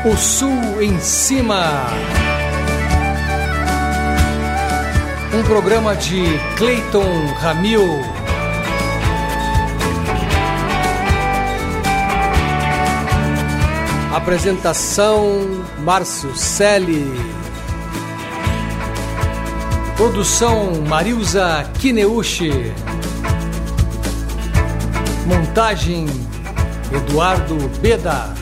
O Sul em Cima. Um programa de Cleiton Ramil. Apresentação Márcio Selle. Produção Marilza Kineuchi. Montagem Eduardo Beda.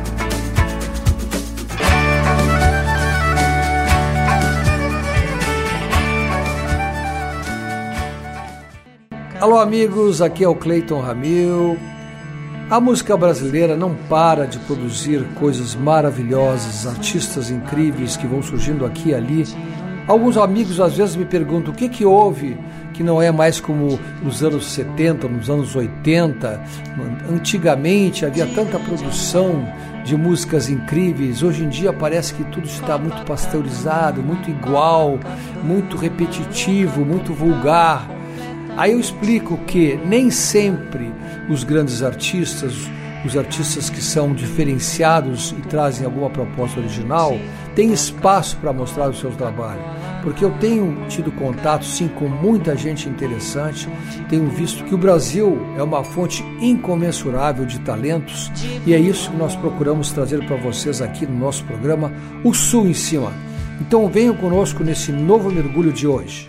Alô amigos, aqui é o Cleiton Ramil. A música brasileira não para de produzir coisas maravilhosas, artistas incríveis que vão surgindo aqui e ali. Alguns amigos às vezes me perguntam o que houve que não é mais como nos anos 70, nos anos 80. Antigamente havia tanta produção de músicas incríveis. Hoje em dia parece que tudo está muito pasteurizado, muito igual, muito repetitivo, muito vulgar. Aí eu explico que nem sempre os grandes artistas, os artistas que são diferenciados e trazem alguma proposta original, têm espaço para mostrar o seu trabalho. Porque eu tenho tido contato, sim, com muita gente interessante, tenho visto que o Brasil é uma fonte incomensurável de talentos e é isso que nós procuramos trazer para vocês aqui no nosso programa, O Sul em Cima. Então venham conosco nesse novo mergulho de hoje.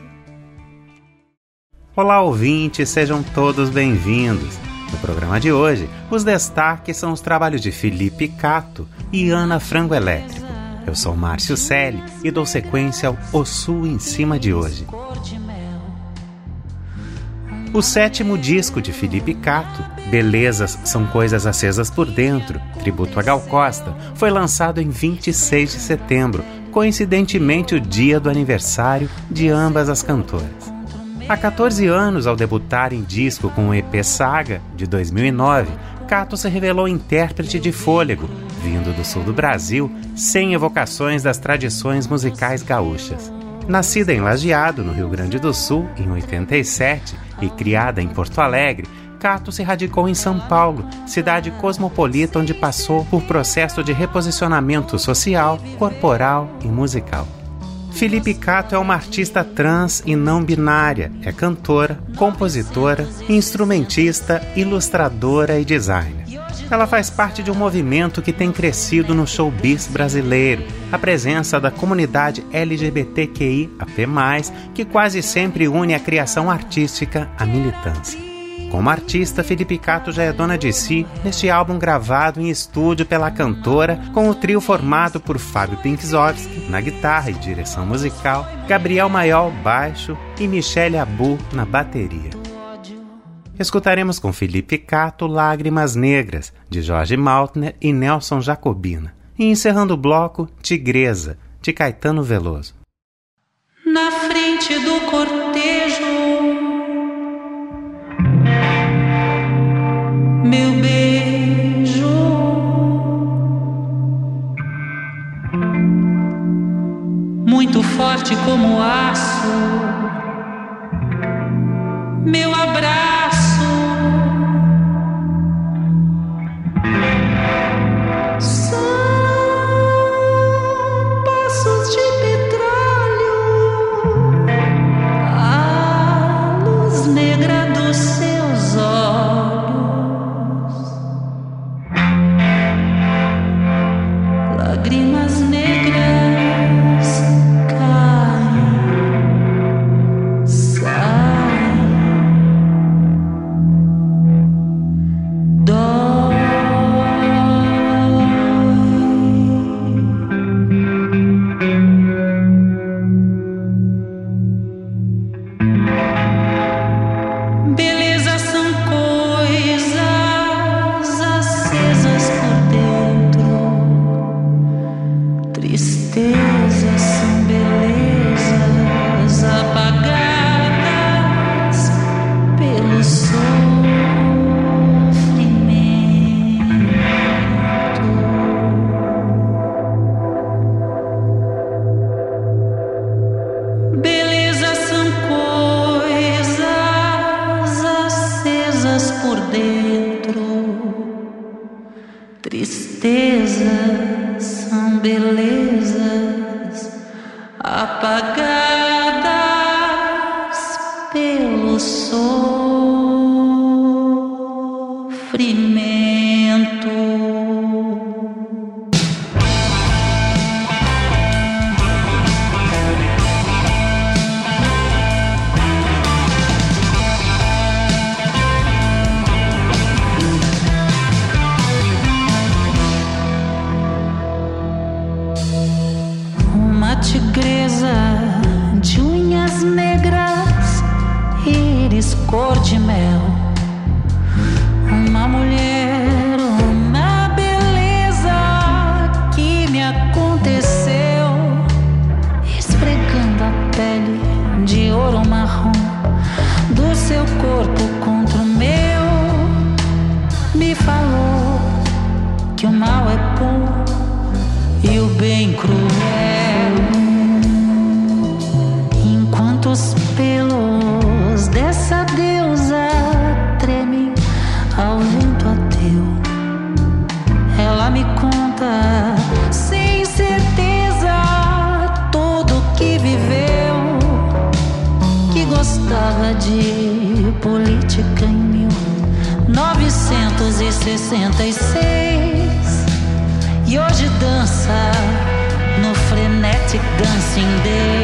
Olá ouvintes, sejam todos bem-vindos. No programa de hoje, os destaques são os trabalhos de Felipe Catto e Ana Frango Elétrico. Eu sou Márcio Selle e dou sequência ao O Sul em Cima de hoje. O 7º disco de Felipe Catto, Belezas São Coisas Acesas por Dentro, tributo a Gal Costa, foi lançado em 26 de setembro, coincidentemente o dia do aniversário de ambas as cantoras. Há 14 anos, ao debutar em disco com o EP Saga, de 2009, Catto se revelou intérprete de fôlego, vindo do sul do Brasil, sem evocações das tradições musicais gaúchas. Nascida em Lajeado, no Rio Grande do Sul, em 87, e criada em Porto Alegre, Catto se radicou em São Paulo, cidade cosmopolita onde passou por processo de reposicionamento social, corporal e musical. Felipe Catto é uma artista trans e não binária, é cantora, compositora, instrumentista, ilustradora e designer. Ela faz parte de um movimento que tem crescido no showbiz brasileiro, a presença da comunidade LGBTQIAP+, que quase sempre une a criação artística à militância. Como artista, Felipe Catto já é dona de si neste álbum gravado em estúdio pela cantora, com o trio formado por Fábio Pinksovski na guitarra e direção musical, Gabriel Maiol baixo e Michele Abu na bateria. Escutaremos com Felipe Catto Lágrimas Negras, de Jorge Maltner e Nelson Jacobina. E encerrando o bloco, Tigresa, de Caetano Veloso. Na frente do cortejo, meu beijo, muito forte como aço, meu abraço, são poços de petróleo, a luz negra dos seus olhos, lágrimas negras caem, saem, dói. Belezas são coisas acesas por dentro, tristezas são belezas apagadas pelo sofrimento. Belezas são coisas acesas por dentro, tristezas são belezas apagadas pelo sofrimento. Tigresa de unhas negras, íris cor de mel, uma mulher, uma beleza que me aconteceu, esfregando a pele de ouro marrom do seu corpo contra o meu, me falou que o mal é bom e o bem cruel. Os pelos dessa deusa tremem ao vento ateu. Ela me conta sem certeza tudo que viveu, que gostava de política em 1966 e hoje dança no Frenetic Dancing Day.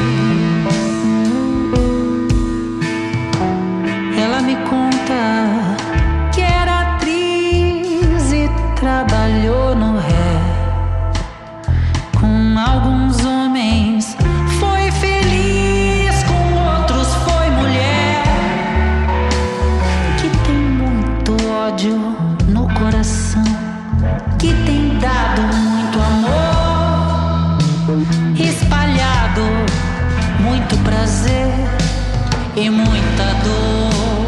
Que era atriz e trabalhou no ré com alguns homens, foi feliz, com outros foi mulher, que tem muito ódio no coração, que tem dado muito amor, espalhado muito prazer e muita dor.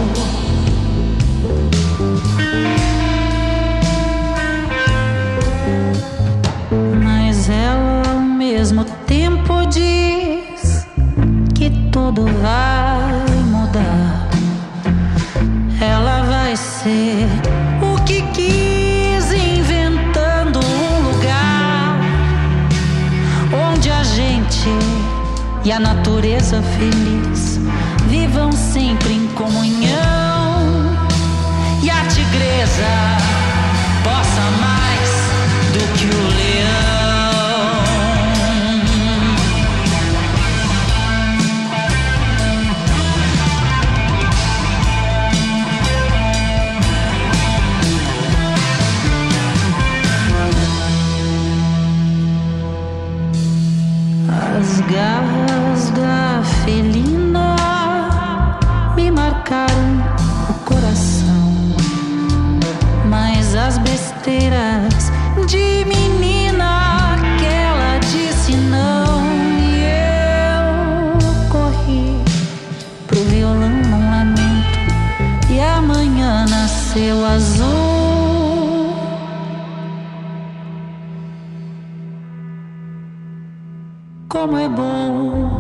Mas ela ao mesmo tempo diz que tudo vai mudar. Ela vai ser o que quis, inventando um lugar onde a gente e a natureza feliz vivam sempre em comunhão, e a tigresa possa mais do que o leão. As garras da felina me marcaram o coração, mas as besteiras de menina que ela disse não, e eu corri pro violão num lamento, e amanhã nasceu azul. Como é bom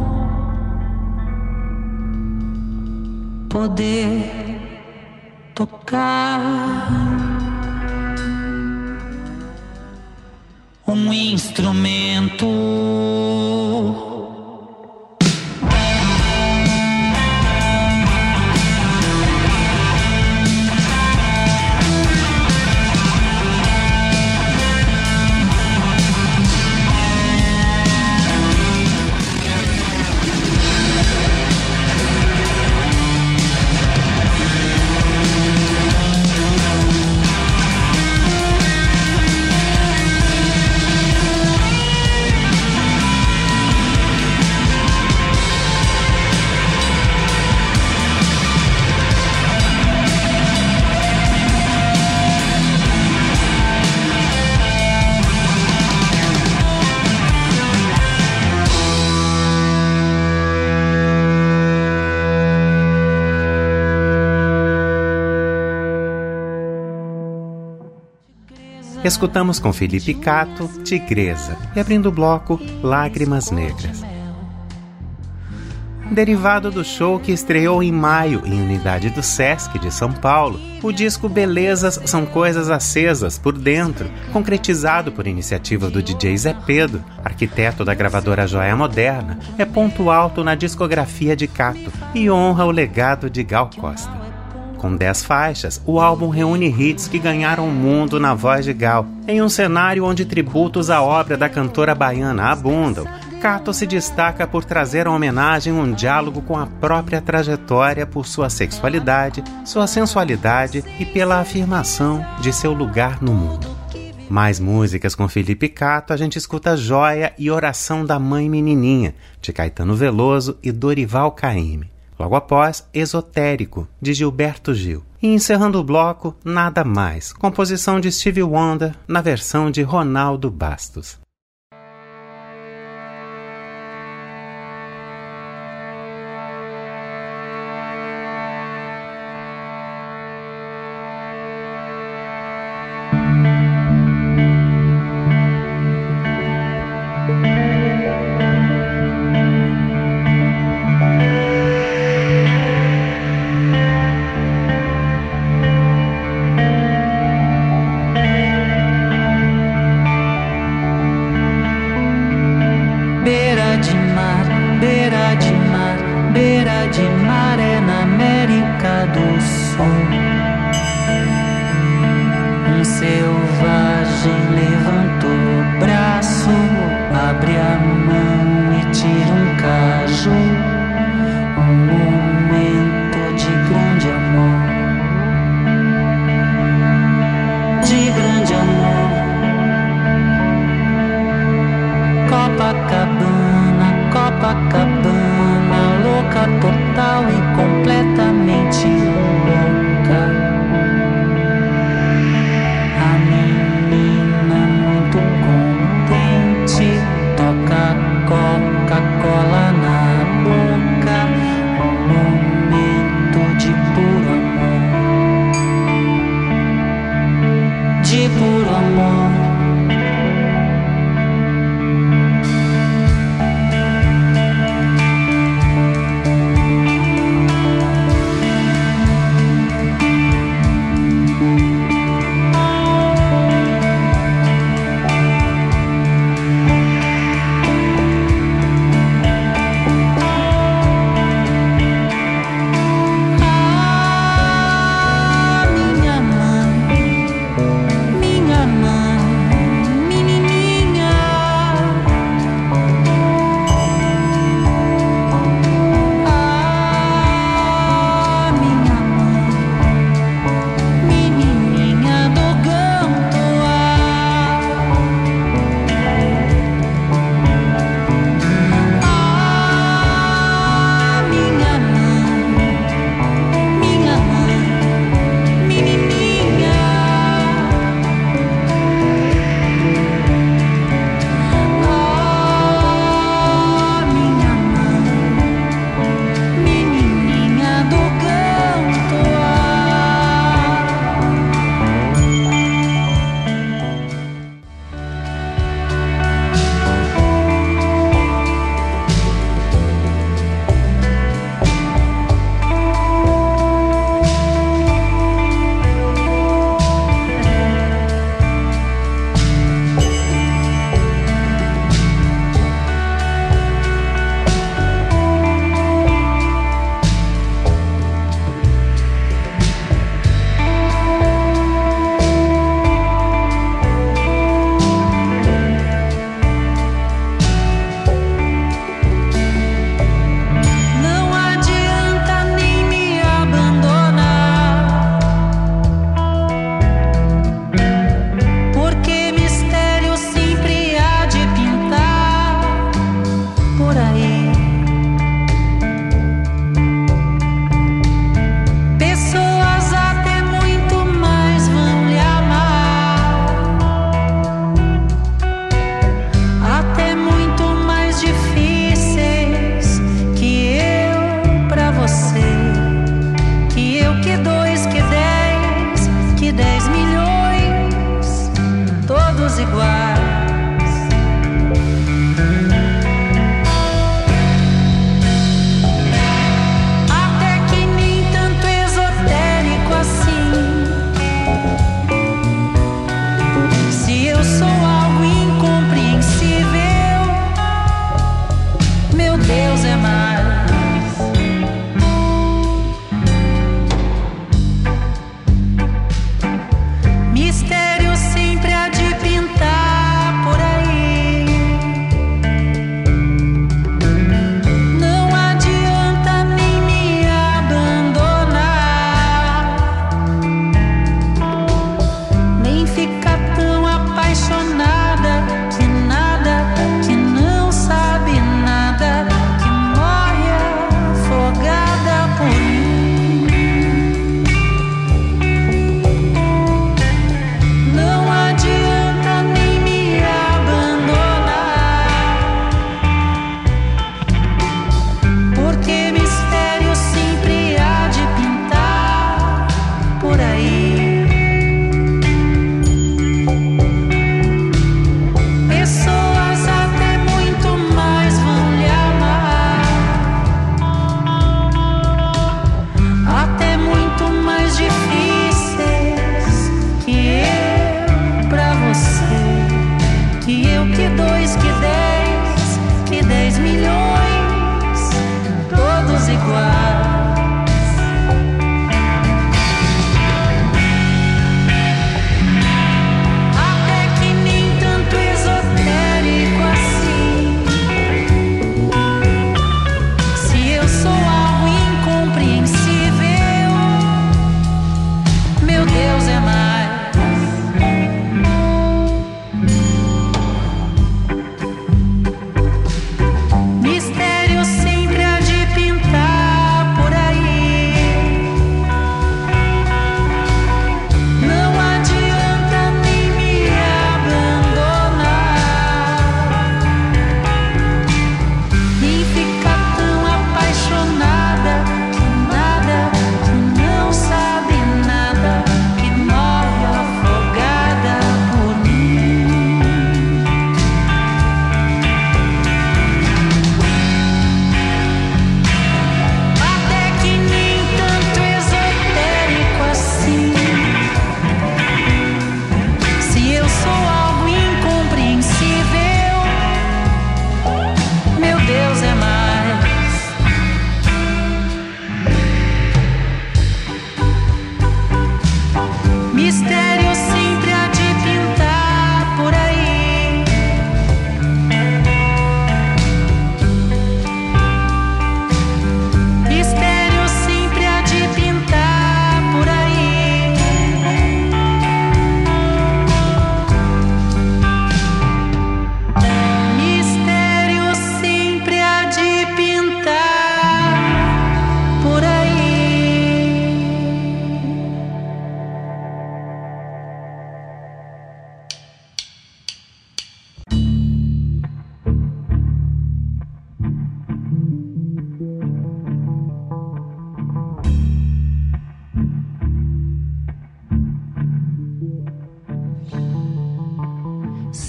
poder tocar um instrumento. Escutamos com Felipe Cato, Tigresa, e abrindo o bloco, Lágrimas Negras. Derivado do show que estreou em maio em unidade do Sesc de São Paulo, o disco Belezas São Coisas Acesas por Dentro, concretizado por iniciativa do DJ Zé Pedro, arquiteto da gravadora Joia Moderna, é ponto alto na discografia de Cato e honra o legado de Gal Costa. Com 10 faixas, o álbum reúne hits que ganharam o mundo na voz de Gal. Em um cenário onde tributos à obra da cantora baiana abundam, Cato se destaca por trazer à homenagem um diálogo com a própria trajetória por sua sexualidade, sua sensualidade e pela afirmação de seu lugar no mundo. Mais músicas com Felipe Cato, a gente escuta Joia e Oração da Mãe Menininha, de Caetano Veloso e Dorival Caymmi. Logo após, Esotérico, de Gilberto Gil. E encerrando o bloco, Nada Mais, composição de Stevie Wonder, na versão de Ronaldo Bastos. Beira de mar é na América do Sul. Um selvagem levantou o braço, abre a mão e tira um caju. Um momento de grande amor, de grande amor. Copacabana, Copacabana, louca total e completamente louca. A menina muito contente toca Coca-Cola na boca. Um momento de puro amor, de puro amor. Minha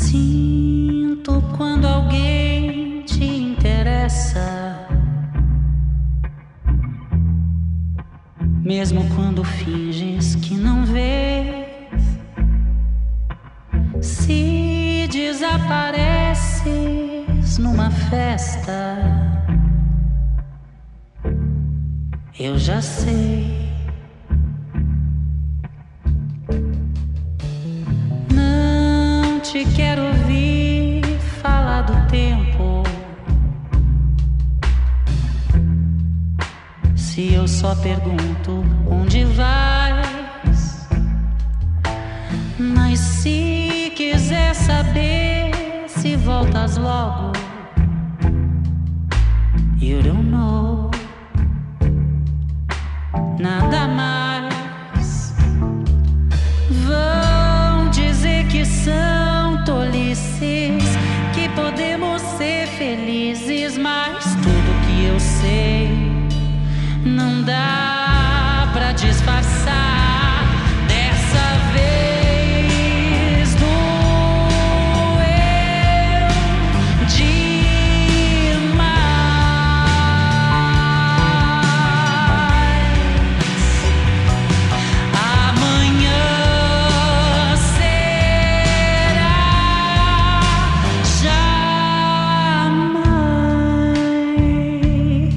Sinto quando alguém te interessa, mesmo quando finges que não vês. Se desapareces numa festa, eu já sei. Não te quero ouvir falar do tempo, se eu só pergunto onde vais. Mas se quiser saber se voltas logo, you don't know. Nada mais. Vão dizer que são tolices, que podemos ser felizes, mas tudo que eu sei não dá pra disfarçar. Dessa vez doeu demais. Amanhã será jamais.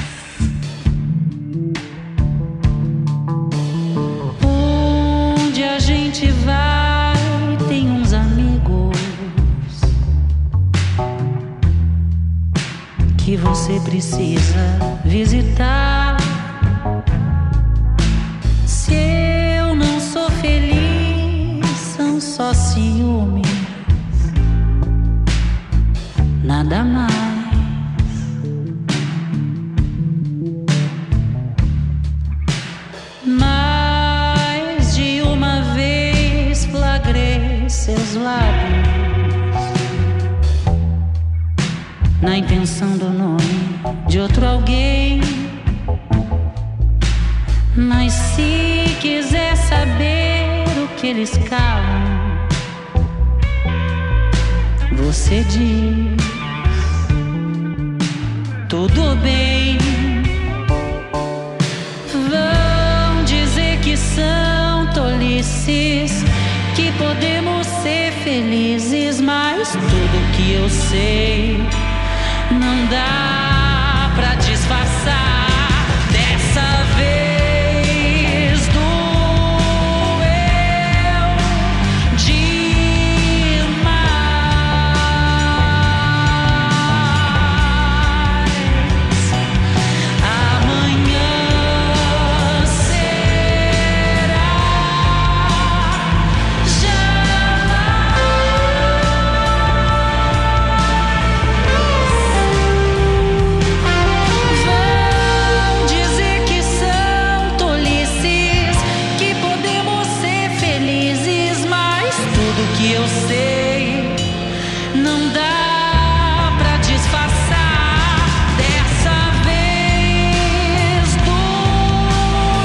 Onde a gente vai tem uns amigos que você precisa visitar. Se eu não sou feliz, são só ciúmes, nada mais. Mais de uma vez flagrei seus lábios na intenção do nome de outro alguém. Mas se quiser saber o que eles calam, você diz tudo bem. Vão dizer que são tolices, que podemos ser felizes, mas tudo que eu sei não dá pra disfarçar. Dessa vez doeu demais. Amanhã será Vão dizer que são tolices, que podemos ser felizes, mas tudo que eu sei não dá pra disfarçar. Dessa vez doeu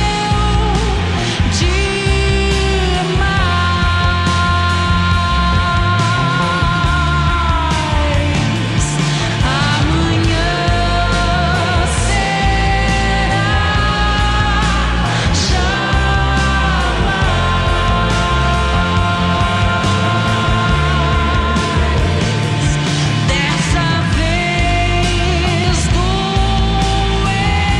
demais. Amanhã será jamais. Dessa vez doeu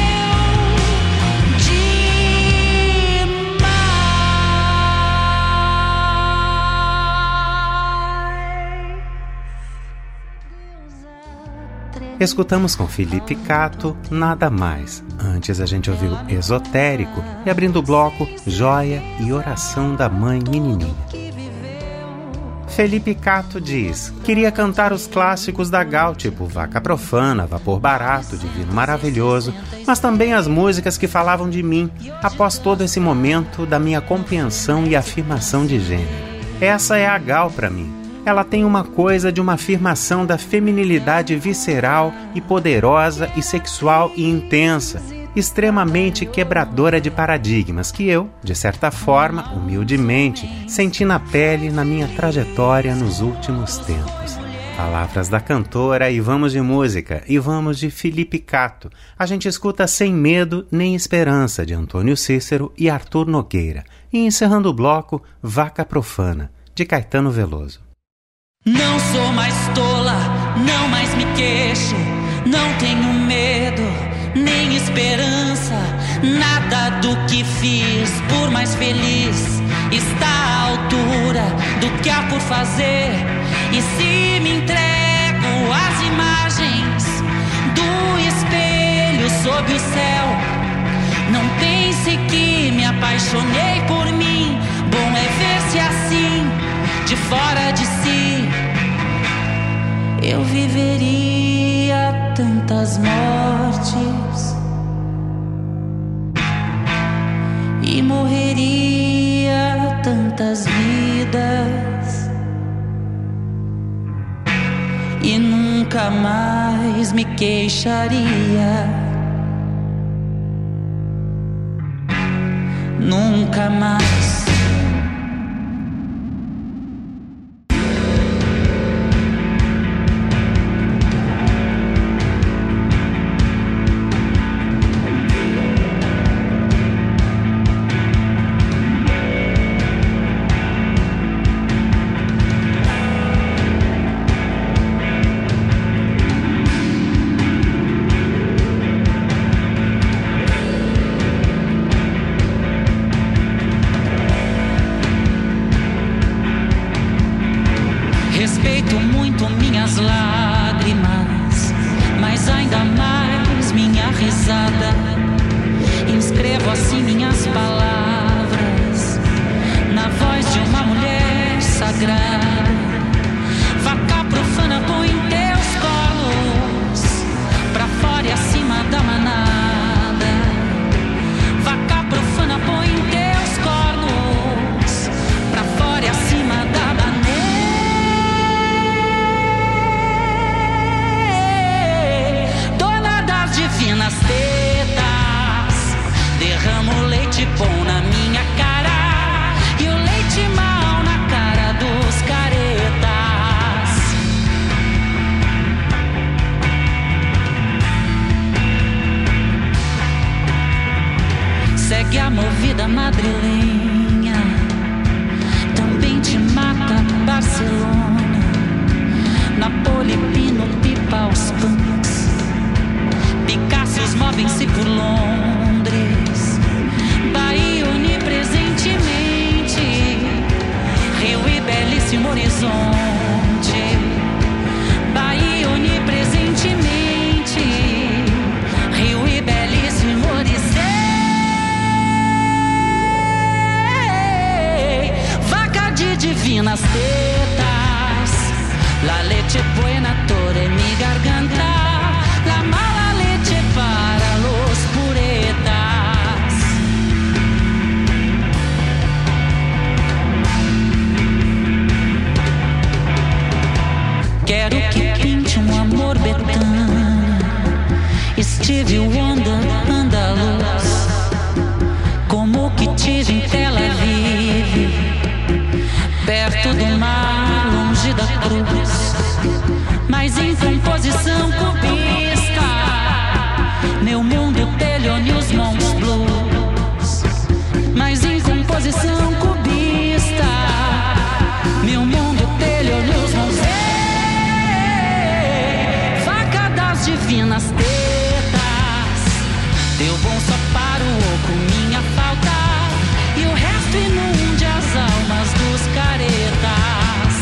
demais. Escutamos com Felipe Cato, Nada Mais. Antes a gente ouviu Esotérico e, abrindo o bloco, Joia e Oração da Mãe Menininha. Felipe Cato diz: queria cantar os clássicos da Gal, tipo Vaca Profana, Vapor Barato, Divino Maravilhoso, mas também as músicas que falavam de mim, após todo esse momento da minha compreensão e afirmação de gênero. Essa é a Gal pra mim. Ela tem uma coisa de uma afirmação da feminilidade visceral e poderosa e sexual e intensa. extremamente quebradora de paradigmas que eu, de certa forma, humildemente, senti na pele na minha trajetória nos últimos tempos. Palavras da cantora E Vamos de Música, E Vamos de Felipe Cato. A gente escuta Sem Medo Nem Esperança, de Antônio Cícero e Arthur Nogueira. E encerrando o bloco, Vaca Profana, de Caetano Veloso. Não sou mais tola, não mais me queixo, não tenho medo, nem esperança. Nada do que fiz, por mais feliz, está à altura do que há por fazer. E se me entrego às imagens do espelho sob o céu, não pense que me apaixonei por mim. Bom é ver-se assim, de fora de si. Eu viveria tantas mortes e morreria tantas vidas, e nunca mais me queixaria, nunca mais. Respeito muito minhas lágrimas, mas ainda mais minha risada. Inscrevo assim minhas palavras na voz de uma mulher sagrada. Vaca profana, põe em teus colos, pra fora e acima da manada. Vaca profana, põe em teus colos, pra fora e acima da manada. Nas tetas, derramo leite bom na minha cara e o leite mal na cara dos caretas. Segue a movida madrilenha, também te mata Barcelona, Napoli, Pino, Pipa, os punks. Picassos movem-se por Londres, Bahia onipresentemente, Rio e belíssimo horizonte. Bahia onipresentemente, Rio e belíssimo horizonte. Vaca de divinas tetas, la leche buena torre mi garganta. La mala leche para los puretas. Quero que pinte amor Betânia, Stevie Wonder, andaluz, como o que tive em Tel Aviv, perto do mar, longe da cruz, mas em composição cubista. Meu mundo telhou e os Mons Blues, mas em composição cubista. Meu mundo telhou e os Mons. Vaca das divinas tetas, deu bom só para o oco minha falta, e o resto inunde as almas dos caretas.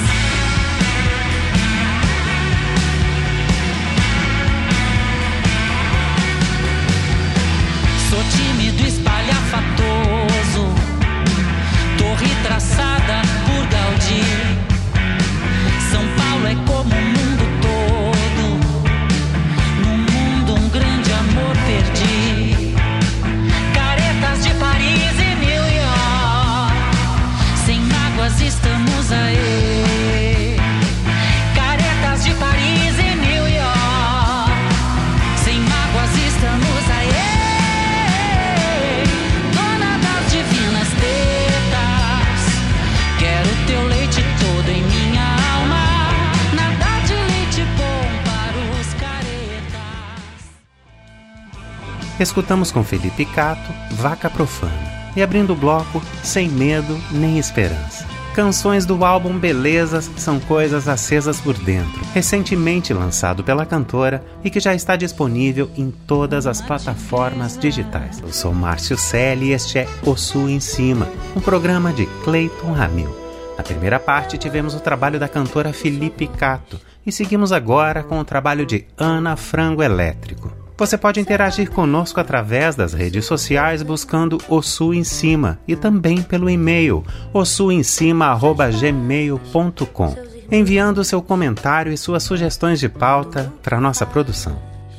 Sou tímido, espalhafatoso, torre traçada por Gaudí. São Paulo é como o mundo todo, no mundo um grande amor perdi. Caretas de Paris e New York, sem mágoas estamos aí. Caretas de Paris e New York, sem mágoas estamos aí. Escutamos com Felipe Cato, Vaca Profana. E abrindo o bloco, Sem Medo Nem Esperança. Canções do álbum Belezas São Coisas Acesas por Dentro, recentemente lançado pela cantora e que já está disponível em todas as plataformas digitais. Eu sou Márcio Selle e este é O Sul em Cima, um programa de Cleiton Ramil. Na primeira parte tivemos o trabalho da cantora Felipe Cato e seguimos agora com o trabalho de Ana Frango Elétrico. Você pode interagir conosco através das redes sociais buscando O Sul em Cima e também pelo e-mail osulemcima@gmail.com, enviando seu comentário e suas sugestões de pauta para nossa produção.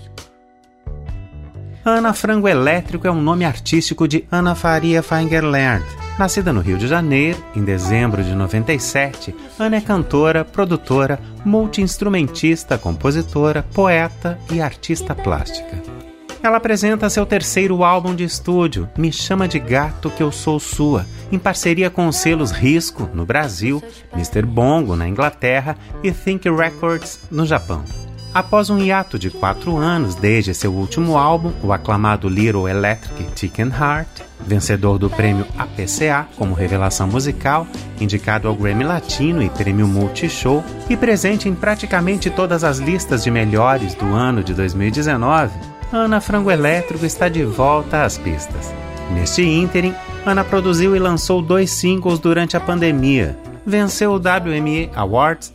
Ana Frango Elétrico é um nome artístico de Ana Faria Feingerland. Nascida no Rio de Janeiro, em dezembro de 97, Ana é cantora, produtora, multi-instrumentista, compositora, poeta e artista plástica. Ela apresenta seu terceiro álbum de estúdio, Me Chama de Gato Que Eu Sou Sua, em parceria com os selos Risco, no Brasil, Mr. Bongo, na Inglaterra e Think Records, no Japão. Após um hiato de 4 anos desde seu último álbum, o aclamado Little Electric Chicken Heart, vencedor do prêmio APCA como revelação musical, indicado ao Grammy Latino e prêmio Multishow, e presente em praticamente todas as listas de melhores do ano de 2019, Ana Frango Elétrico está de volta às pistas. Neste ínterim, Ana produziu e lançou 2 singles durante a pandemia. Venceu o WMA Awards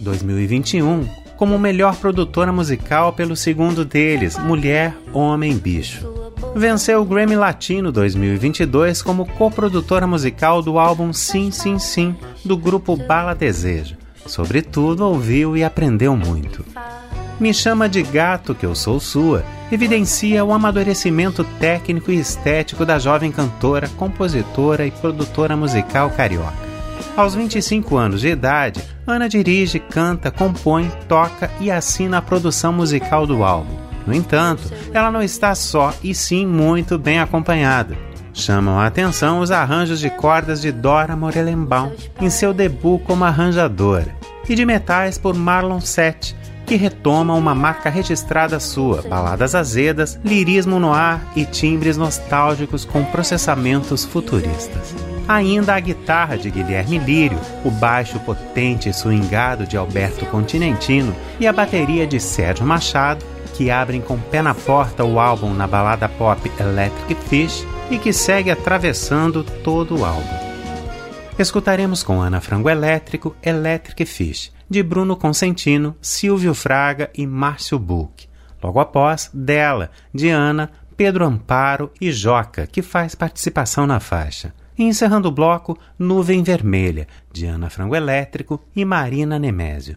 2021 como melhor produtora musical pelo segundo deles, Mulher, Homem, Bicho. Venceu o Grammy Latino 2022 como coprodutora musical do álbum Sim, Sim, Sim, do grupo Bala Desejo. Sobretudo, ouviu e aprendeu muito. Me Chama de Gato Que Eu Sou Sua evidencia o amadurecimento técnico e estético da jovem cantora, compositora e produtora musical carioca. Aos 25 anos de idade, Ana dirige, canta, compõe, toca e assina a produção musical do álbum. No entanto, ela não está só e sim muito bem acompanhada. Chamam a atenção os arranjos de cordas de Dora Morelenbaum em seu debut como arranjadora, e de metais por Marlon Sete, que retoma uma marca registrada sua, baladas azedas, lirismo no ar e timbres nostálgicos com processamentos futuristas. Ainda a guitarra de Guilherme Lírio, o baixo potente e swingado de Alberto Continentino e a bateria de Sérgio Machado, que abrem com pé na porta o álbum na balada pop Electric Fish e que segue atravessando todo o álbum. Escutaremos com Ana Frango Elétrico Electric Fish, de Bruno Consentino, Silvio Fraga e Márcio Buch. Logo após, Dela, de Ana, Pedro Amparo e Joca, que faz participação na faixa. E encerrando o bloco, Nuvem Vermelha, de Ana Frango Elétrico e Marina Nemésio.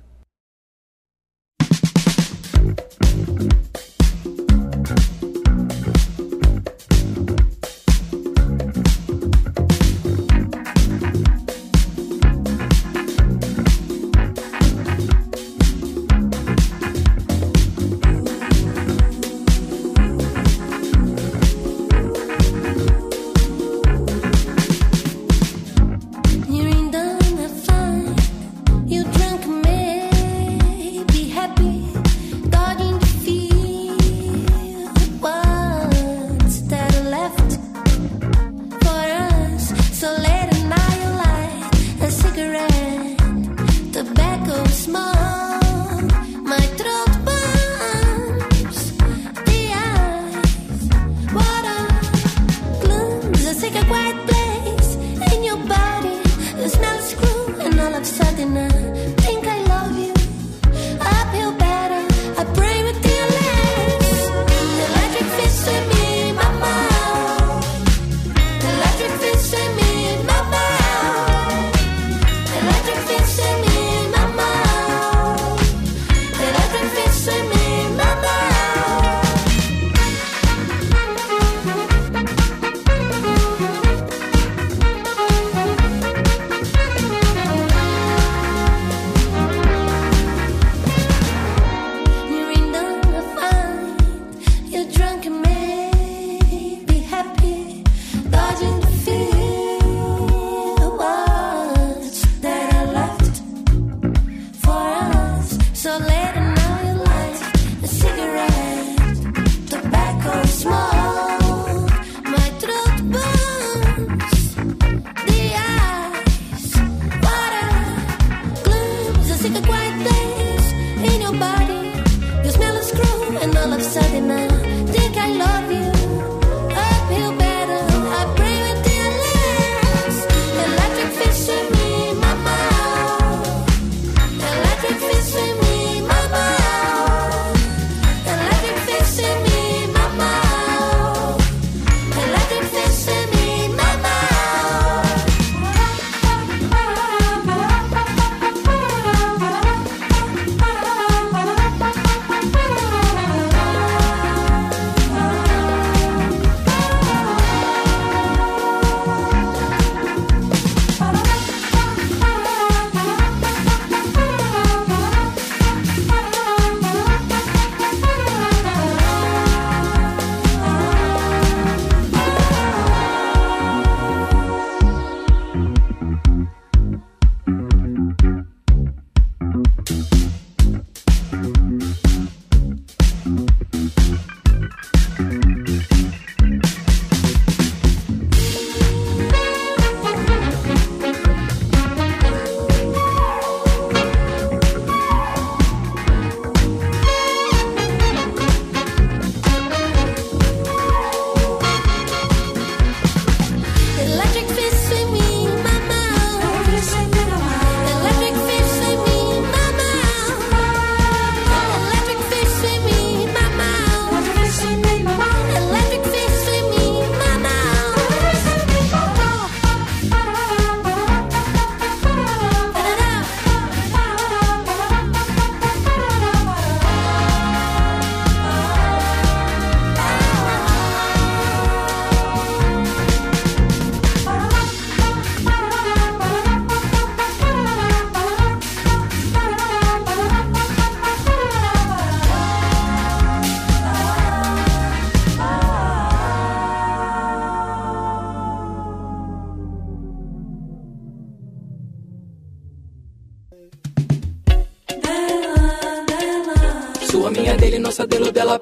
Sua, minha, dele, nossa, dele, dela.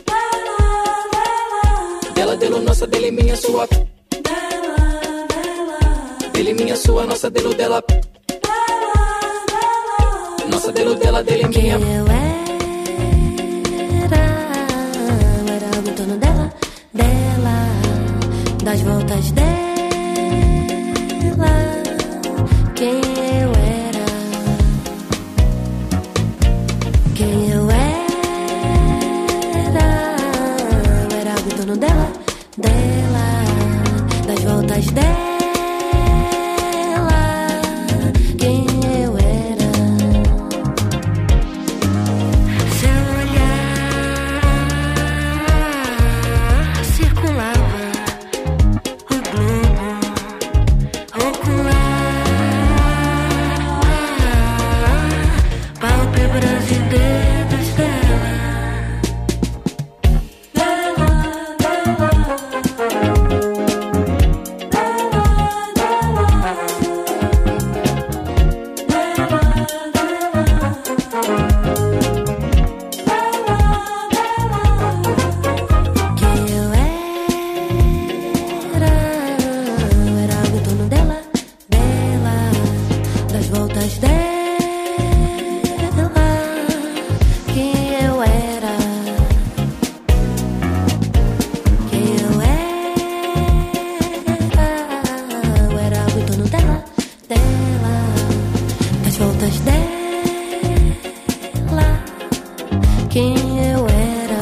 Dela, dele, nossa, dele, minha, sua. Dele, minha, sua, nossa, dele, dela. Nossa, dele, dela, dele, minha. Eu era algo em torno dela, das voltas dela. Quem eu era, quem eu era algo em torno dela, das voltas dela. Quem eu era, seu olhar circulava o globo ocular, pálpebras e dedos dela. Quem eu era algo em torno dela, das voltas dela. Quem eu era, algo em torno dela, das voltas dela. Quem eu era,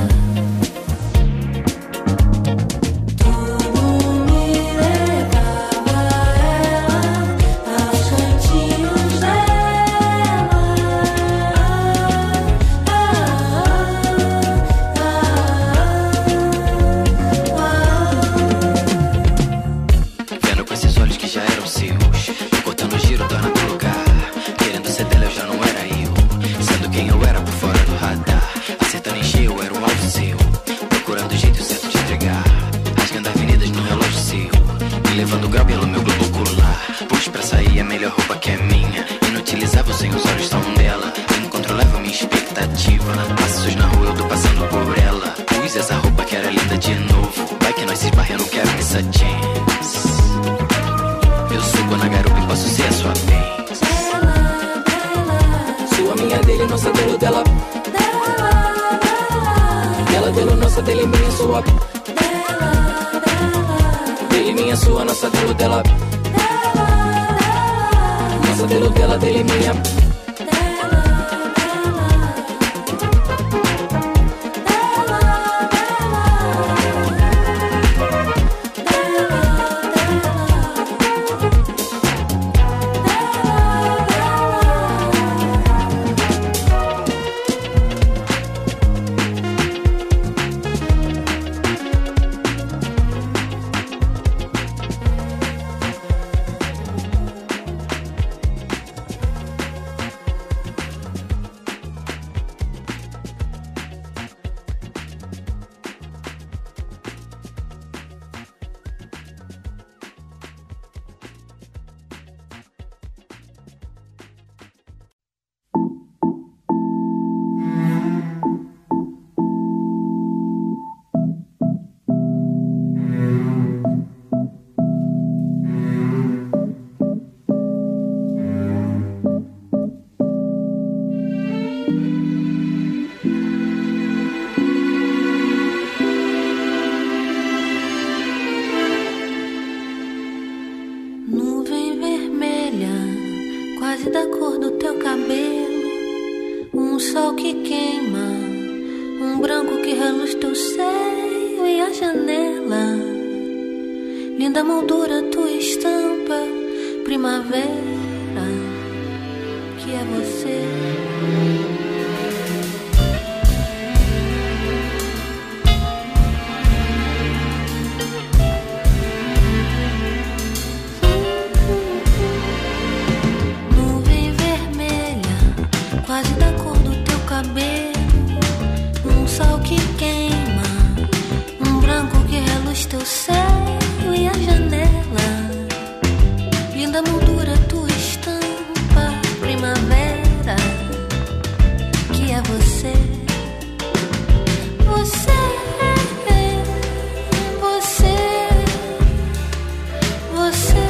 tudo me levava a ela, aos cantinhos dela. Vendo com esses olhos que já eram seus, cortando o giro, torna pro lugar. Querendo ser dela, eu já não era eu. Sendo quem eu era por fora do radar. Acertando em cheio, eu era um alvo seu. Procurando o jeito certo de entregar. Rasgando avenidas no relógio seu. Me levando grau pelo meu globo ocular. Pus pra sair a melhor roupa que é minha. Inutilizável sem os olhos tão dela. Incontrolável minha expectativa. Passos na rua, eu tô passando por ela. Pus essa roupa que era linda de novo. Vai que nós se esbarrem, eu não quero essa chance. Eu subo na garupa e posso ser a sua vez. Dela, dele, minha, sua. Dele, minha, sua, nossa, dele, dela. Nossa, dele, dela, dele, minha. Quase da cor do teu cabelo, um sol que queima, um branco que reluz teu seio e a janela. Linda moldura, tua estampa, primavera, que é você. Quase da cor do teu cabelo, um sol que queima, um branco que reluz teu seio e a janela. Linda moldura, tua estampa, primavera, que é você. Você, você, você.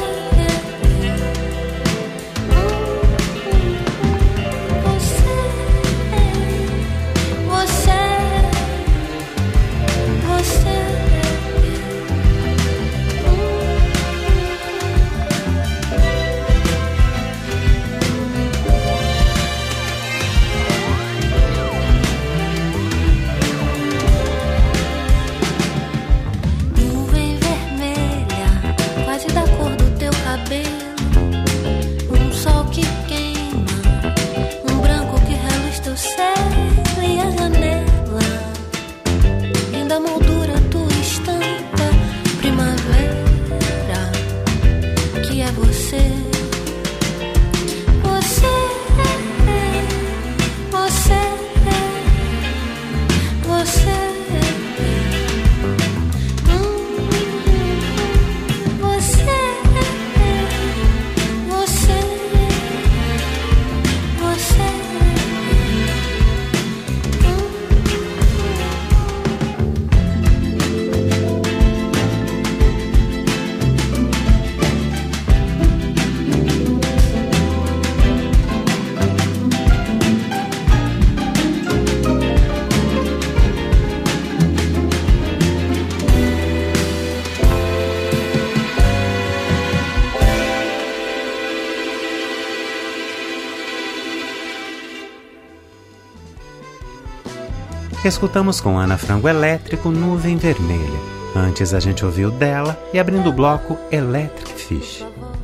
Escutamos com Ana Frango Elétrico, Nuvem Vermelha. Antes a gente ouviu dela e abrindo o bloco Electric Fish.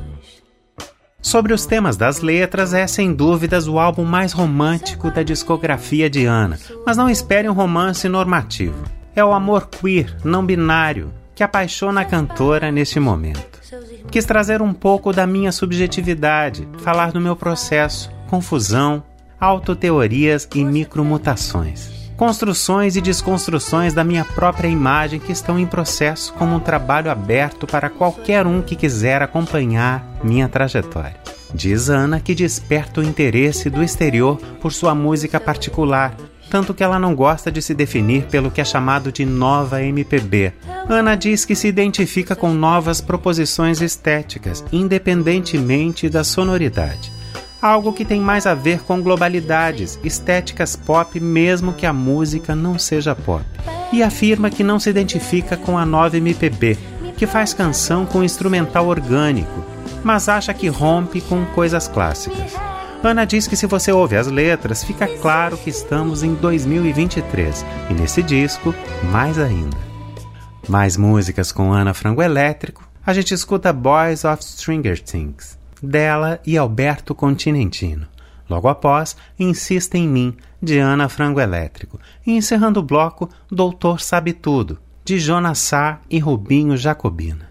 Sobre os temas das letras, é sem dúvidas o álbum mais romântico da discografia de Ana, mas não espere um romance normativo. É o amor queer, não binário, que apaixona a cantora neste momento. Quis trazer um pouco da minha subjetividade, falar do meu processo, confusão, autoteorias e micromutações. Construções e desconstruções da minha própria imagem que estão em processo como um trabalho aberto para qualquer um que quiser acompanhar minha trajetória. Diz Ana que desperta o interesse do exterior por sua música particular, tanto que ela não gosta de se definir pelo que é chamado de nova MPB. Ana diz que se identifica com novas proposições estéticas, independentemente da sonoridade. Algo que tem mais a ver com globalidades, estéticas pop, mesmo que a música não seja pop. e afirma que não se identifica com a nova MPB, que faz canção com instrumental orgânico, mas acha que rompe com coisas clássicas. Ana diz que se você ouve as letras, fica claro que estamos em 2023, e nesse disco, mais ainda. Mais músicas com Ana Frango Elétrico, a gente escuta Boys of Stranger Things, dela e Alberto Continentino. Logo após, Insista em Mim, de Ana Frango Elétrico. E encerrando o bloco, Doutor Sabe Tudo, de Jonas Sá e Rubinho Jacobina.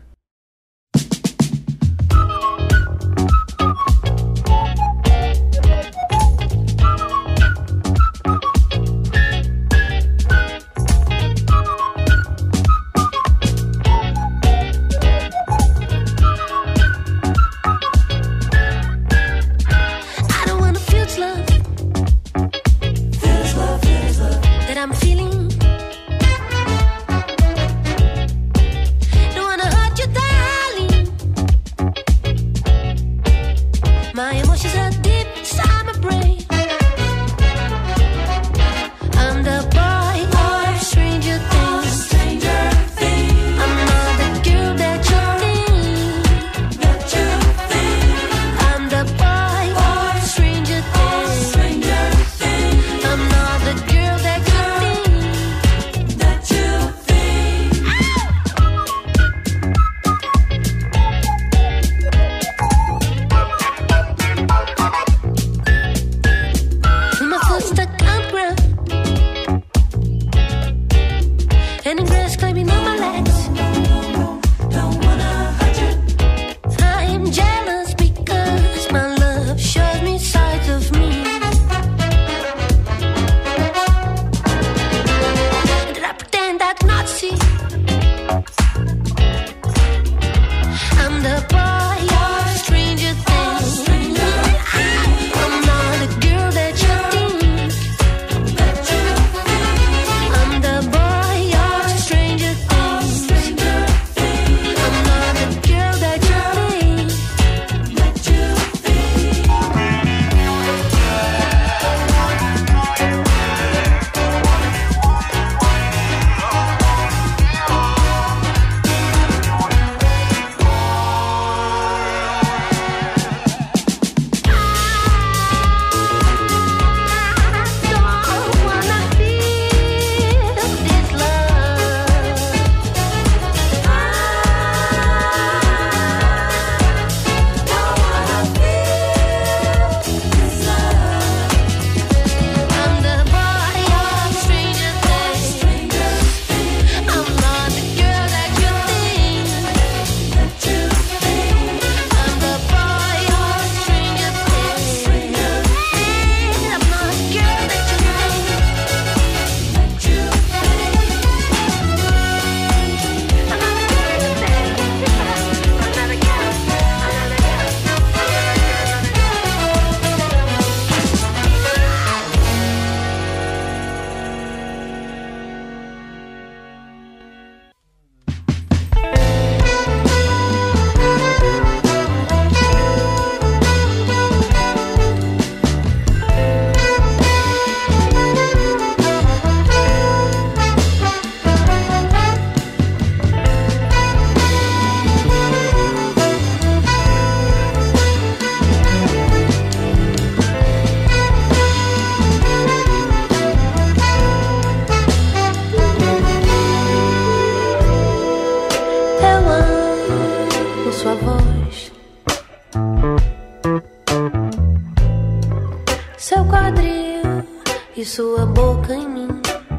e sua boca em mim.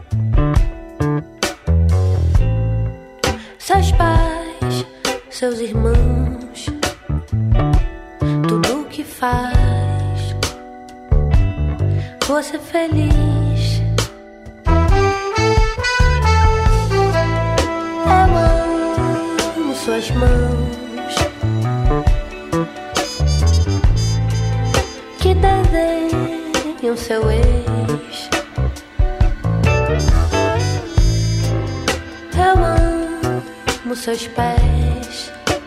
Seus pais, seus irmãos, tudo o que faz você feliz. Eu amo suas mãos que desenham seu ex. Eu amo seus pés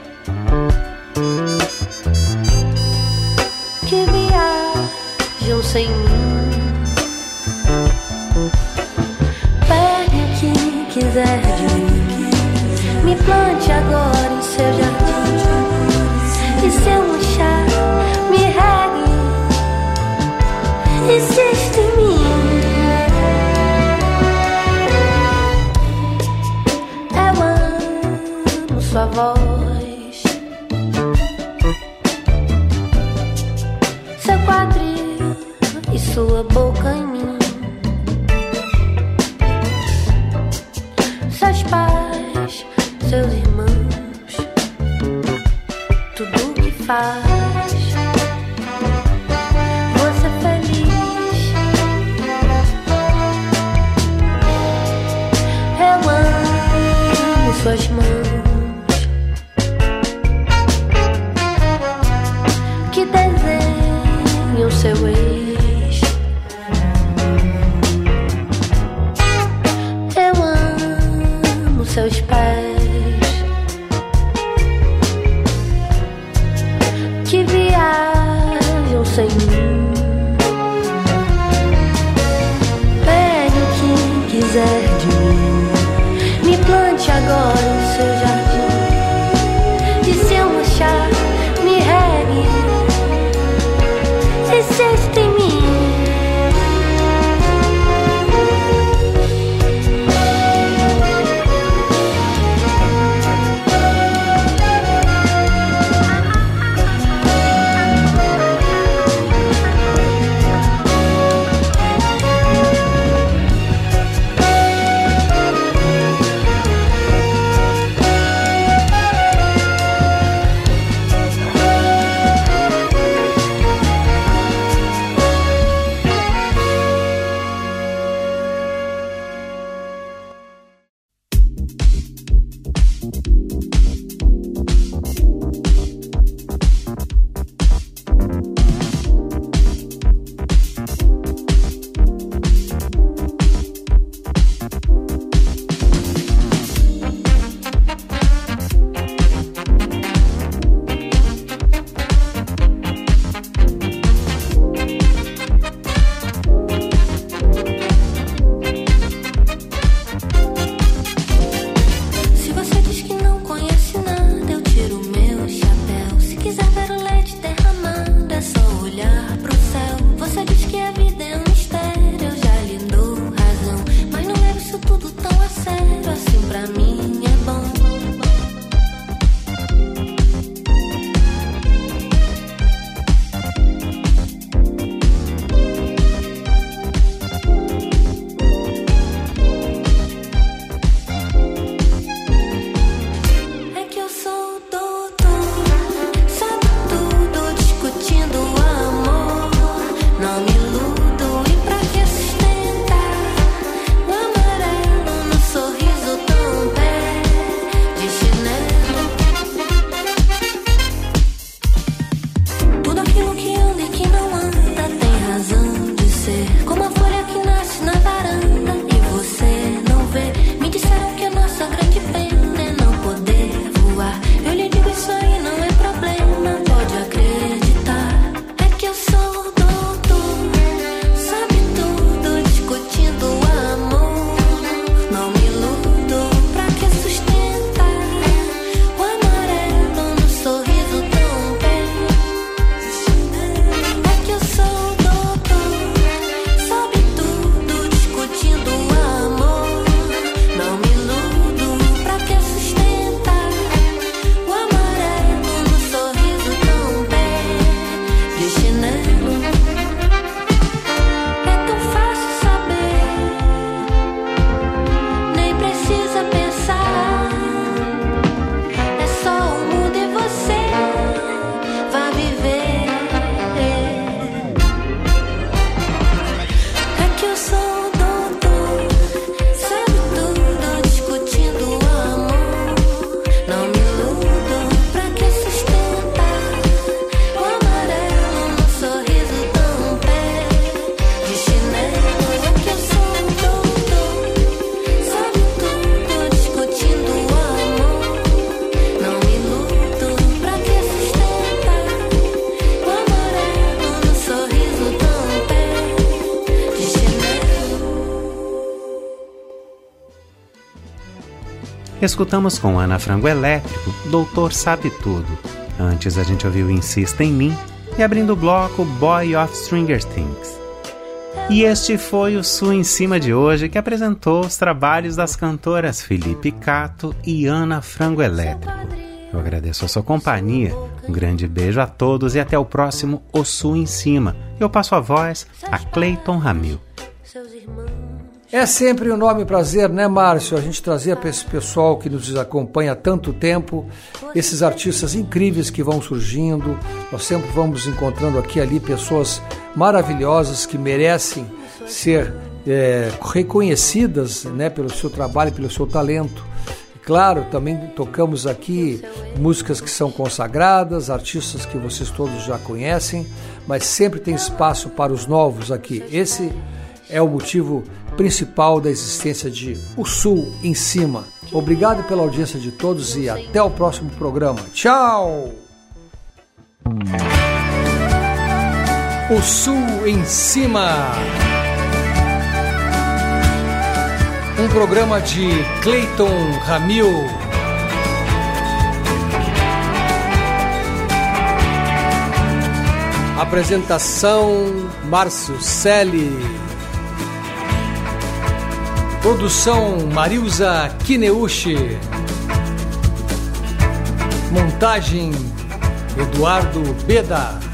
que viajam sem mim. Perne aqui quiser de mim, me plante agora em seu jardim. E se eu murchar, me regue, insiste em mim. Eu amo sua voz, seu quadril e sua boca em mim. Seus pais, seus irmãos, tudo que faz você feliz. Eu amo suas mãos que desenham seu ex. Eu amo seus pés que viajam sem mim. Pegue o que quiser de mim, me plante agora em seu jardim. E se eu murchar, me regue, insiste em mim. escutamos com Ana Frango Elétrico, Doutor Sabe Tudo. Antes a gente ouviu Insista em Mim e abrindo o bloco Boy of Stranger Things. E este foi o Sul em Cima de hoje, que apresentou os trabalhos das cantoras Felipe Cato e Ana Frango Elétrico. Eu agradeço a sua companhia, um grande beijo a todos e até o próximo O Sul em Cima. Eu passo a voz a Cleiton Ramil. É sempre um enorme prazer, né, Márcio? A gente trazer para esse pessoal que nos acompanha há tanto tempo, esses artistas incríveis que vão surgindo. Nós sempre vamos encontrando aqui e ali pessoas maravilhosas que merecem ser reconhecidas, né, pelo seu trabalho, pelo seu talento. E, claro, também tocamos aqui músicas que são consagradas, artistas que vocês todos já conhecem, mas sempre tem espaço para os novos aqui. Esse é o motivo principal da existência de O Sul em Cima. Obrigado pela audiência de todos e até o próximo programa. Tchau! O Sul em Cima. Um programa de Cleiton Ramil. Apresentação Márcio Selle. Produção Marilza Kineuchi. Montagem Eduardo Beda.